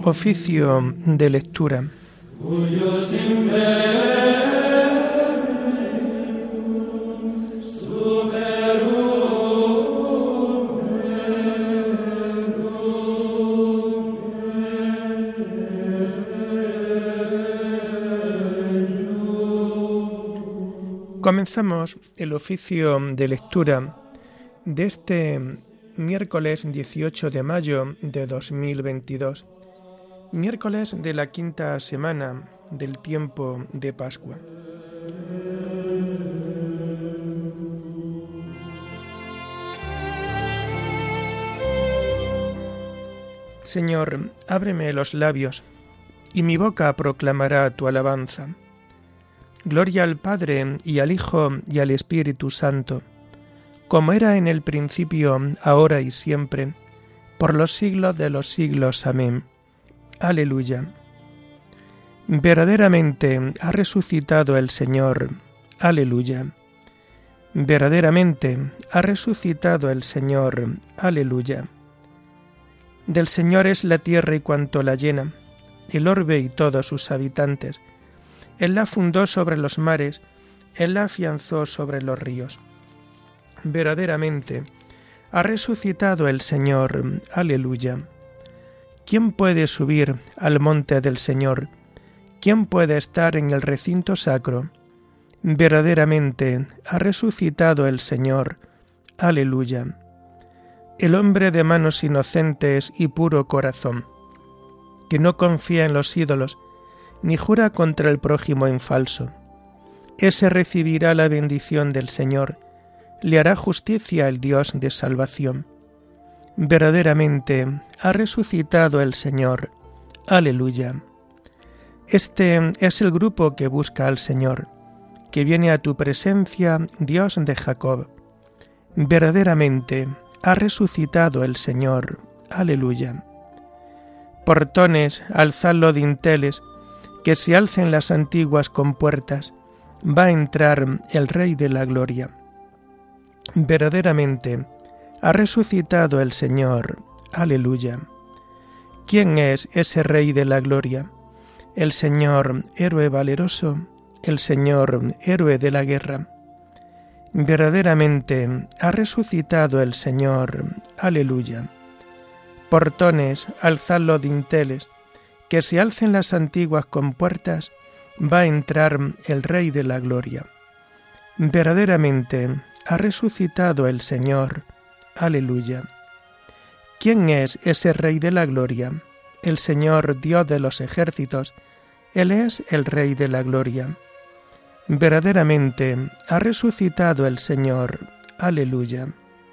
Oficio de lectura. Comenzamos el oficio de lectura de este miércoles 18 de mayo de 2022, miércoles de la quinta semana del tiempo de Pascua. Señor, ábreme los labios, y mi boca proclamará tu alabanza. Gloria al Padre, y al Hijo, y al Espíritu Santo, como era en el principio, ahora y siempre, por los siglos de los siglos. Amén. Aleluya. Verdaderamente ha resucitado el Señor. Aleluya. Verdaderamente ha resucitado el Señor. Aleluya. Del Señor es la tierra y cuanto la llena, el orbe y todos sus habitantes. Él la fundó sobre los mares, Él la afianzó sobre los ríos. Verdaderamente ha resucitado el Señor. Aleluya. ¿Quién puede subir al monte del Señor? ¿Quién puede estar en el recinto sacro? Verdaderamente ha resucitado el Señor. Aleluya. El hombre de manos inocentes y puro corazón, que no confía en los ídolos, ni jura contra el prójimo en falso. Ese recibirá la bendición del Señor, le hará justicia el Dios de salvación. Verdaderamente ha resucitado el Señor. Aleluya. Este es el grupo que busca al Señor, que viene a tu presencia, Dios de Jacob. Verdaderamente ha resucitado el Señor. Aleluya. Portones, alzad los dinteles, que se alcen las antiguas compuertas, va a entrar el Rey de la Gloria. Verdaderamente ha resucitado el Señor. Aleluya. ¿Quién es ese Rey de la Gloria? El Señor, héroe valeroso, el Señor, héroe de la guerra. Verdaderamente ha resucitado el Señor. Aleluya. Portones, alzad los dinteles, que se alcen las antiguas compuertas, va a entrar el Rey de la Gloria. Verdaderamente ha resucitado el Señor. Aleluya. ¿Quién es ese Rey de la Gloria? El Señor, Dios de los ejércitos, Él es el Rey de la Gloria. Verdaderamente ha resucitado el Señor. Aleluya.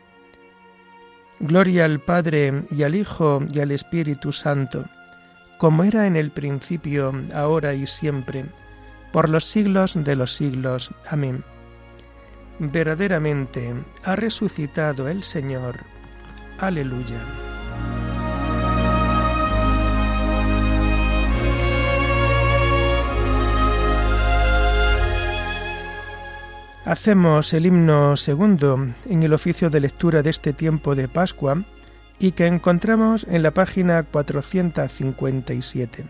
Gloria al Padre, y al Hijo, y al Espíritu Santo, como era en el principio, ahora y siempre, por los siglos de los siglos. Amén. Verdaderamente ha resucitado el Señor. Aleluya. Hacemos el himno segundo en el oficio de lectura de este tiempo de Pascua, y que encontramos en la página 457.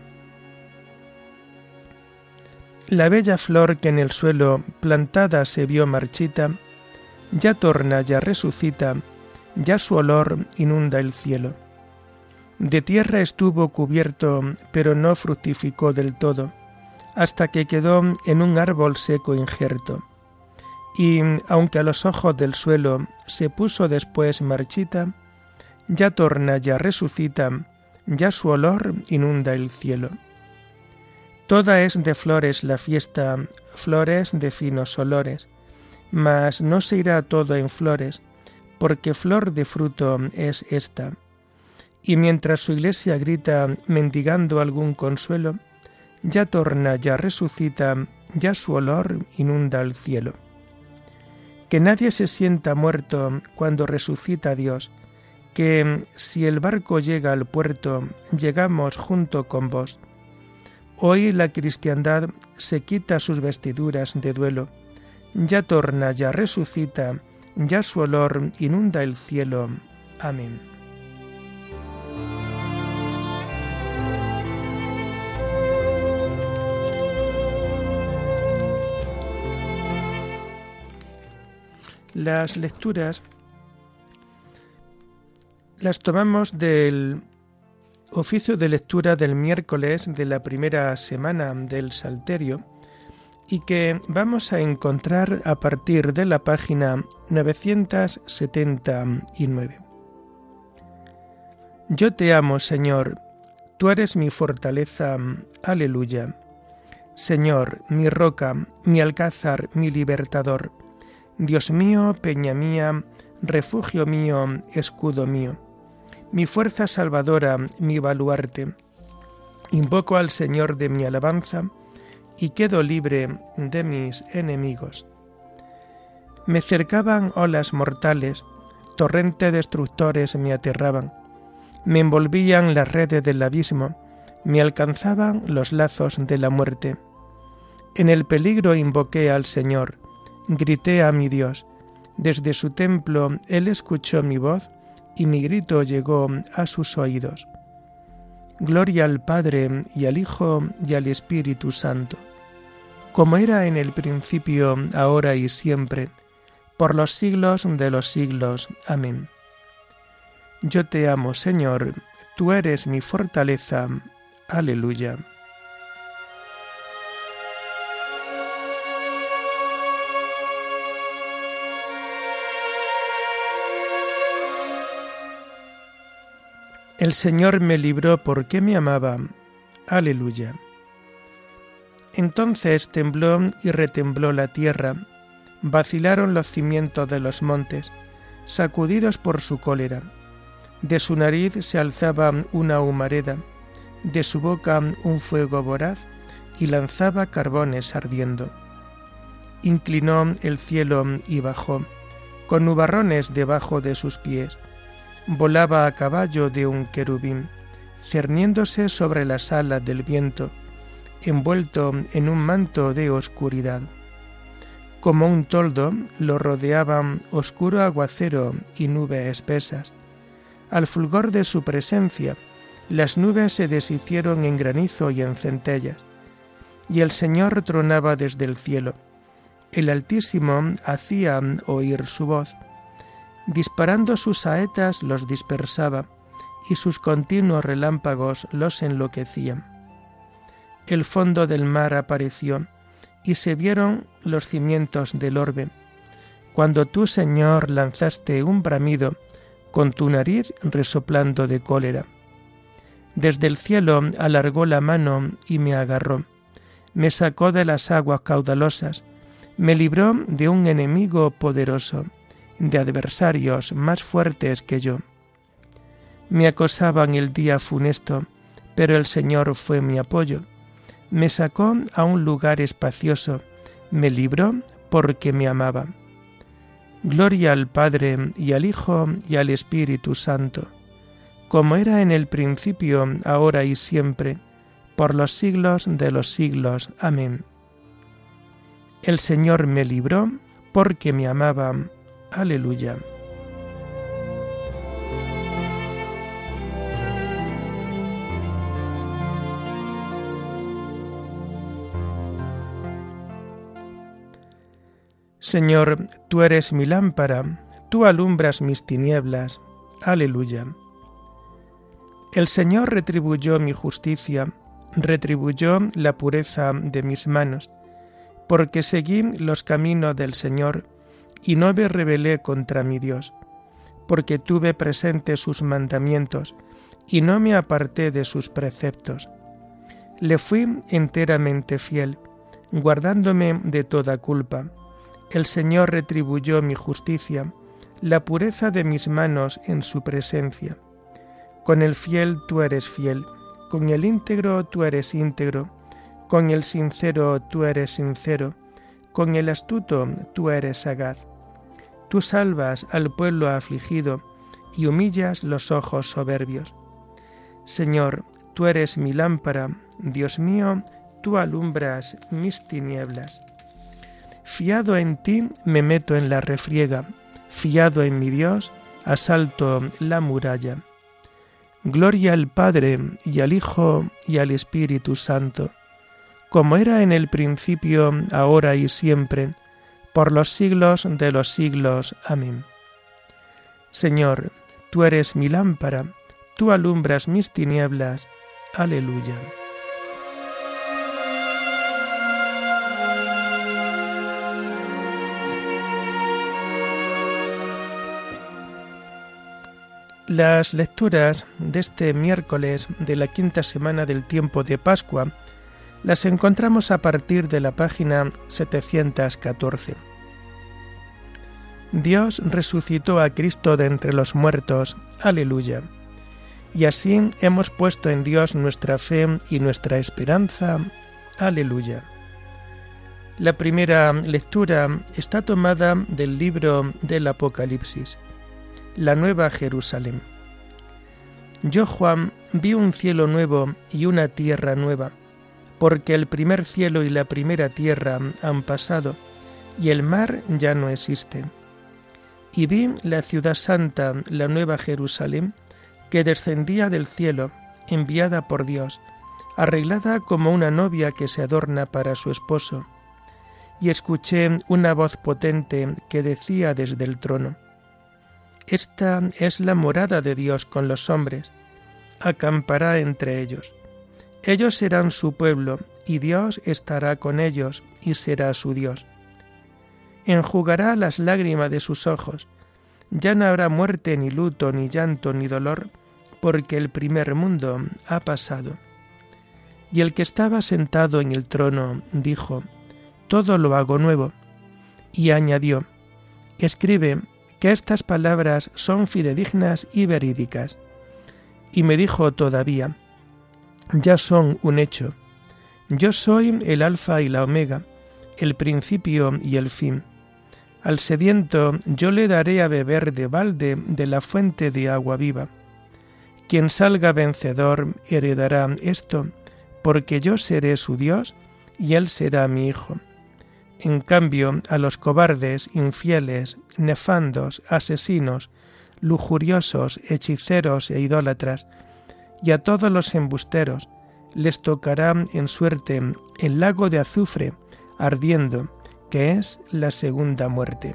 La bella flor que en el suelo plantada se vio marchita, ya torna, ya resucita, ya su olor inunda el cielo. De tierra estuvo cubierto, pero no fructificó del todo, hasta que quedó en un árbol seco injerto. Y, aunque a los ojos del suelo se puso después marchita, ya torna, ya resucita, ya su olor inunda el cielo. Toda es de flores la fiesta, flores de finos olores, mas no se irá todo en flores, porque flor de fruto es esta. Y mientras su iglesia grita mendigando algún consuelo, ya torna, ya resucita, ya su olor inunda el cielo. Que nadie se sienta muerto cuando resucita Dios, que si el barco llega al puerto, llegamos junto con vos. Hoy la cristiandad se quita sus vestiduras de duelo, ya torna, ya resucita, ya su olor inunda el cielo. Amén. Las lecturas las tomamos del oficio de lectura del miércoles de la primera semana del Salterio y que vamos a encontrar a partir de la página 979. Yo te amo, Señor, tú eres mi fortaleza, aleluya. Señor, mi roca, mi alcázar, mi libertador, Dios mío, peña mía, refugio mío, escudo mío, mi fuerza salvadora, mi baluarte. Invoco al Señor de mi alabanza y quedo libre de mis enemigos. Me cercaban olas mortales, torrentes destructores me aterraban, me envolvían las redes del abismo, me alcanzaban los lazos de la muerte. En el peligro invoqué al Señor, grité a mi Dios. Desde su templo Él escuchó mi voz y mi grito llegó a sus oídos. Gloria al Padre y al Hijo y al Espíritu Santo, como era en el principio, ahora y siempre, por los siglos de los siglos. Amén. Yo te amo, Señor, tú eres mi fortaleza. Aleluya. El Señor me libró porque me amaba. Aleluya. Entonces tembló y retembló la tierra, vacilaron los cimientos de los montes, sacudidos por su cólera. De su nariz se alzaba una humareda, de su boca un fuego voraz, y lanzaba carbones ardiendo. Inclinó el cielo y bajó, con nubarrones debajo de sus pies. Volaba a caballo de un querubín, cerniéndose sobre las alas del viento, envuelto en un manto de oscuridad. Como un toldo lo rodeaban oscuro aguacero y nubes espesas. Al fulgor de su presencia, las nubes se deshicieron en granizo y en centellas, y el Señor tronaba desde el cielo. El Altísimo hacía oír su voz. Disparando sus saetas los dispersaba, y sus continuos relámpagos los enloquecían. El fondo del mar apareció, y se vieron los cimientos del orbe. Cuando tú, Señor, lanzaste un bramido, con tu nariz resoplando de cólera. Desde el cielo alargó la mano y me agarró. Me sacó de las aguas caudalosas, me libró de un enemigo poderoso, de adversarios más fuertes que yo. Me acosaban el día funesto, pero el Señor fue mi apoyo. Me sacó a un lugar espacioso, me libró porque me amaba. Gloria al Padre y al Hijo y al Espíritu Santo, como era en el principio, ahora y siempre, por los siglos de los siglos. Amén. El Señor me libró porque me amaba. Aleluya. Señor, tú eres mi lámpara, tú alumbras mis tinieblas. Aleluya. El Señor retribuyó mi justicia, retribuyó la pureza de mis manos, porque seguí los caminos del Señor y no me rebelé contra mi Dios, porque tuve presente sus mandamientos y no me aparté de sus preceptos. Le fui enteramente fiel, guardándome de toda culpa. El Señor retribuyó mi justicia, la pureza de mis manos en su presencia. Con el fiel tú eres fiel, con el íntegro tú eres íntegro, con el sincero tú eres sincero, con el astuto tú eres sagaz. Tú salvas al pueblo afligido y humillas los ojos soberbios. Señor, tú eres mi lámpara, Dios mío, tú alumbras mis tinieblas. Fiado en ti me meto en la refriega, fiado en mi Dios asalto la muralla. Gloria al Padre y al Hijo y al Espíritu Santo, como era en el principio, ahora y siempre, por los siglos de los siglos. Amén. Señor, tú eres mi lámpara, tú alumbras mis tinieblas. Aleluya. Las lecturas de este miércoles de la quinta semana del tiempo de Pascua las encontramos a partir de la página 714. Dios resucitó a Cristo de entre los muertos. Aleluya. Y así hemos puesto en Dios nuestra fe y nuestra esperanza. Aleluya. La primera lectura está tomada del libro del Apocalipsis, la Nueva Jerusalén. Yo, Juan, vi un cielo nuevo y una tierra nueva, porque el primer cielo y la primera tierra han pasado, y el mar ya no existe. Y vi la ciudad santa, la Nueva Jerusalén, que descendía del cielo, enviada por Dios, arreglada como una novia que se adorna para su esposo. Y escuché una voz potente que decía desde el trono: Esta es la morada de Dios con los hombres, acampará entre ellos. Ellos serán su pueblo, y Dios estará con ellos, y será su Dios. Enjugará las lágrimas de sus ojos. Ya no habrá muerte, ni luto, ni llanto, ni dolor, porque el primer mundo ha pasado. Y el que estaba sentado en el trono dijo: Todo lo hago nuevo. Y añadió: Escribe que estas palabras son fidedignas y verídicas. Y me dijo todavía: Ya son un hecho. Yo soy el Alfa y la Omega, el principio y el fin. Al sediento yo le daré a beber de balde de la fuente de agua viva. Quien salga vencedor heredará esto, porque yo seré su Dios y él será mi hijo. En cambio, a los cobardes, infieles, nefandos, asesinos, lujuriosos, hechiceros e idólatras, y a todos los embusteros, les tocará en suerte el lago de azufre ardiendo, que es la segunda muerte.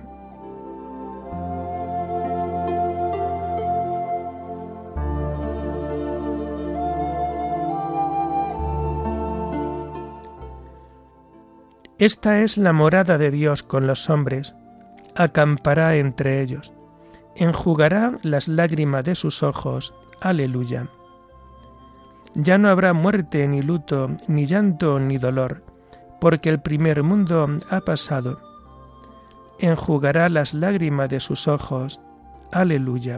Esta es la morada de Dios con los hombres, acampará entre ellos, enjugará las lágrimas de sus ojos. Aleluya. Ya no habrá muerte, ni luto, ni llanto, ni dolor, porque el primer mundo ha pasado. Enjugará las lágrimas de sus ojos. Aleluya.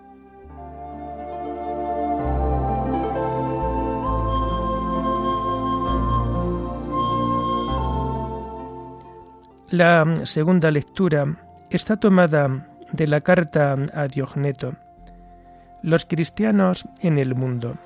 La segunda lectura está tomada de la carta a Diogneto. Los cristianos en el mundo.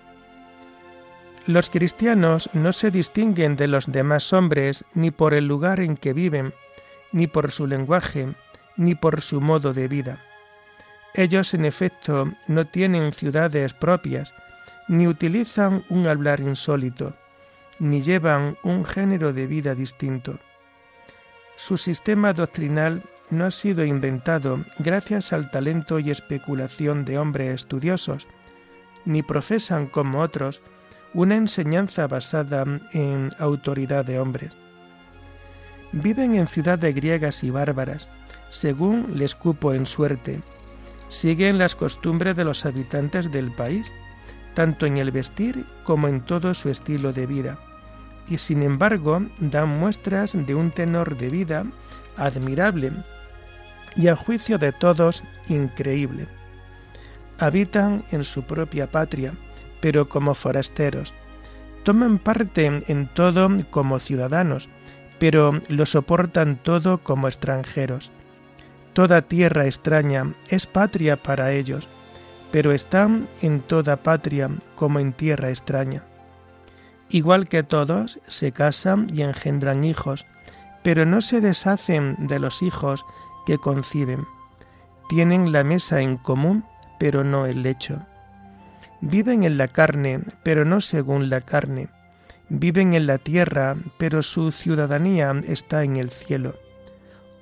Los cristianos no se distinguen de los demás hombres ni por el lugar en que viven, ni por su lenguaje, ni por su modo de vida. Ellos, en efecto, no tienen ciudades propias, ni utilizan un hablar insólito, ni llevan un género de vida distinto. Su sistema doctrinal no ha sido inventado gracias al talento y especulación de hombres estudiosos, ni profesan, como otros, una enseñanza basada en autoridad de hombres. Viven en ciudades griegas y bárbaras, según les cupo en suerte. Siguen las costumbres de los habitantes del país, tanto en el vestir como en todo su estilo de vida, y sin embargo dan muestras de un tenor de vida admirable y a juicio de todos increíble. Habitan en su propia patria, pero como forasteros. Toman parte en todo como ciudadanos, pero lo soportan todo como extranjeros. Toda tierra extraña es patria para ellos, pero están en toda patria como en tierra extraña. Igual que todos, se casan y engendran hijos, pero no se deshacen de los hijos que conciben. Tienen la mesa en común, pero no el lecho. Viven en la carne, pero no según la carne. Viven en la tierra, pero su ciudadanía está en el cielo.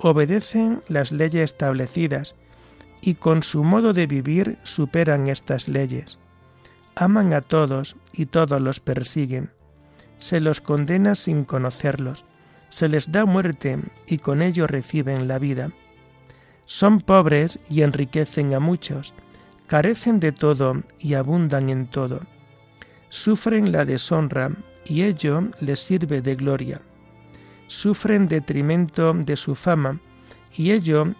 obedecen las leyes establecidas y con su modo de vivir superan estas leyes. Aman a todos y todos los persiguen. Se los condena sin conocerlos. Se les da muerte y con ello reciben la vida. Son pobres y enriquecen a muchos. Carecen de todo y abundan en todo. Sufren la deshonra y ello les sirve de gloria. Sufren detrimento de su fama y ello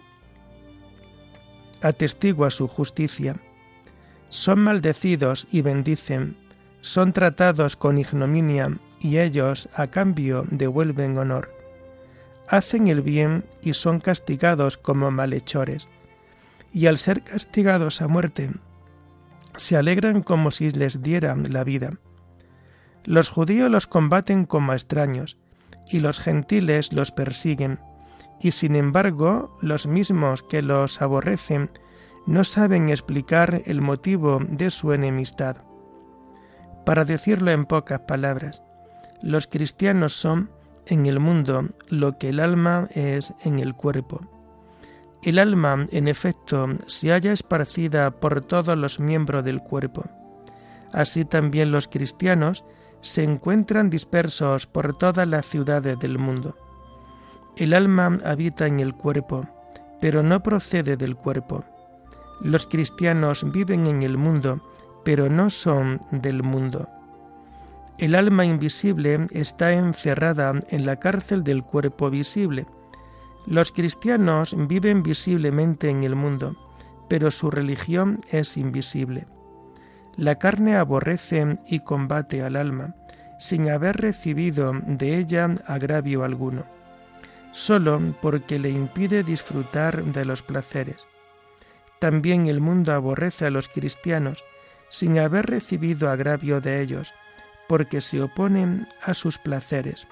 atestigua su justicia. Son maldecidos y bendicen, son tratados con ignominia y ellos a cambio devuelven honor. Hacen el bien y son castigados como malhechores, y al ser castigados a muerte, se alegran como si les dieran la vida. Los judíos los combaten como a extraños, y los gentiles los persiguen, y sin embargo los mismos que los aborrecen no saben explicar el motivo de su enemistad. Para decirlo en pocas palabras, los cristianos son en el mundo lo que el alma es en el cuerpo. El alma, en efecto, se halla esparcida por todos los miembros del cuerpo. Así también los cristianos se encuentran dispersos por todas las ciudades del mundo. El alma habita en el cuerpo, pero no procede del cuerpo. Los cristianos viven en el mundo, pero no son del mundo. El alma invisible está encerrada en la cárcel del cuerpo visible. Los cristianos viven visiblemente en el mundo, pero su religión es invisible. La carne aborrece y combate al alma, sin haber recibido de ella agravio alguno, solo porque le impide disfrutar de los placeres. También el mundo aborrece a los cristianos, sin haber recibido agravio de ellos, porque se oponen a sus placeres.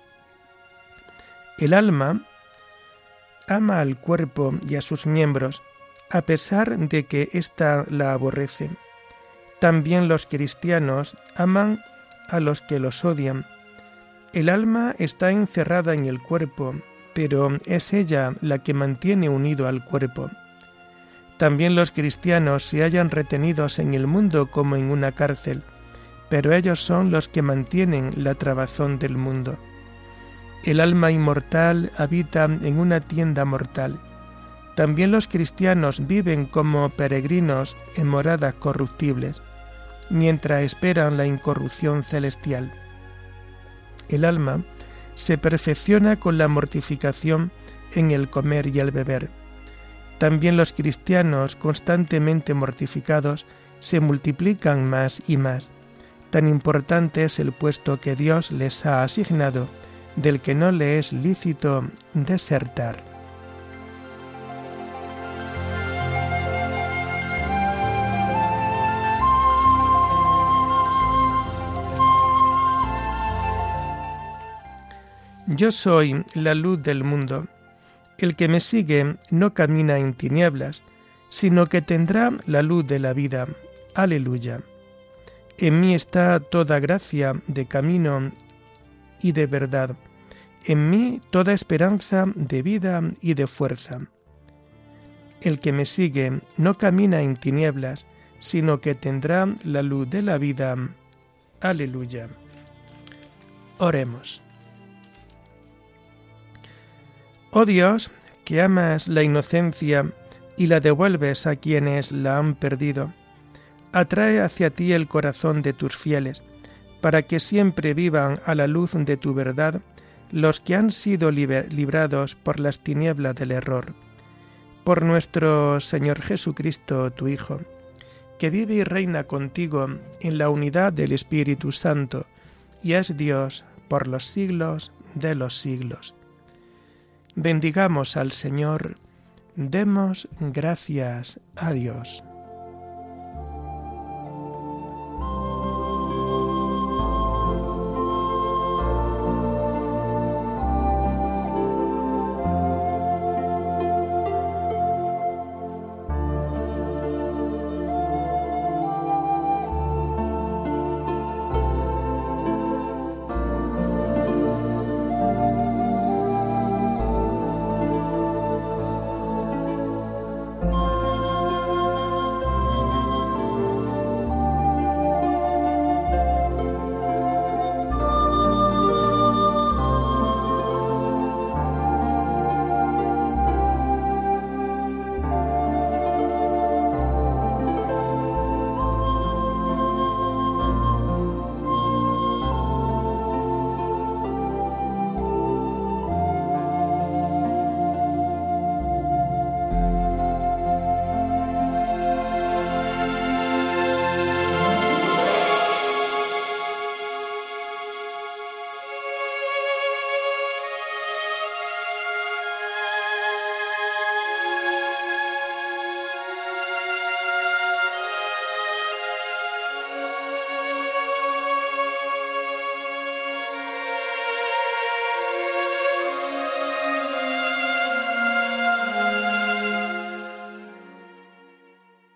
El alma ama al cuerpo y a sus miembros, a pesar de que ésta la aborrece. También los cristianos aman a los que los odian. El alma está encerrada en el cuerpo, pero es ella la que mantiene unido al cuerpo. También los cristianos se hallan retenidos en el mundo como en una cárcel, pero ellos son los que mantienen la trabazón del mundo. El alma inmortal habita en una tienda mortal. También los cristianos viven como peregrinos en moradas corruptibles, mientras esperan la incorrupción celestial. El alma se perfecciona con la mortificación en el comer y el beber. También los cristianos, constantemente mortificados, se multiplican más y más. Tan importante es el puesto que Dios les ha asignado, del que no le es lícito desertar. Yo soy la luz del mundo. El que me sigue no camina en tinieblas, sino que tendrá la luz de la vida. Aleluya. En mí está toda gracia de camino y de verdad. En mí toda esperanza de vida y de fuerza. El que me sigue no camina en tinieblas, sino que tendrá la luz de la vida. Aleluya. Oremos. Oh Dios, que amas la inocencia y la devuelves a quienes la han perdido, atrae hacia ti el corazón de tus fieles, para que siempre vivan a la luz de tu verdad los que han sido librados por las tinieblas del error. Por nuestro Señor Jesucristo, tu Hijo, que vive y reina contigo en la unidad del Espíritu Santo, y es Dios por los siglos de los siglos. Bendigamos al Señor, demos gracias a Dios.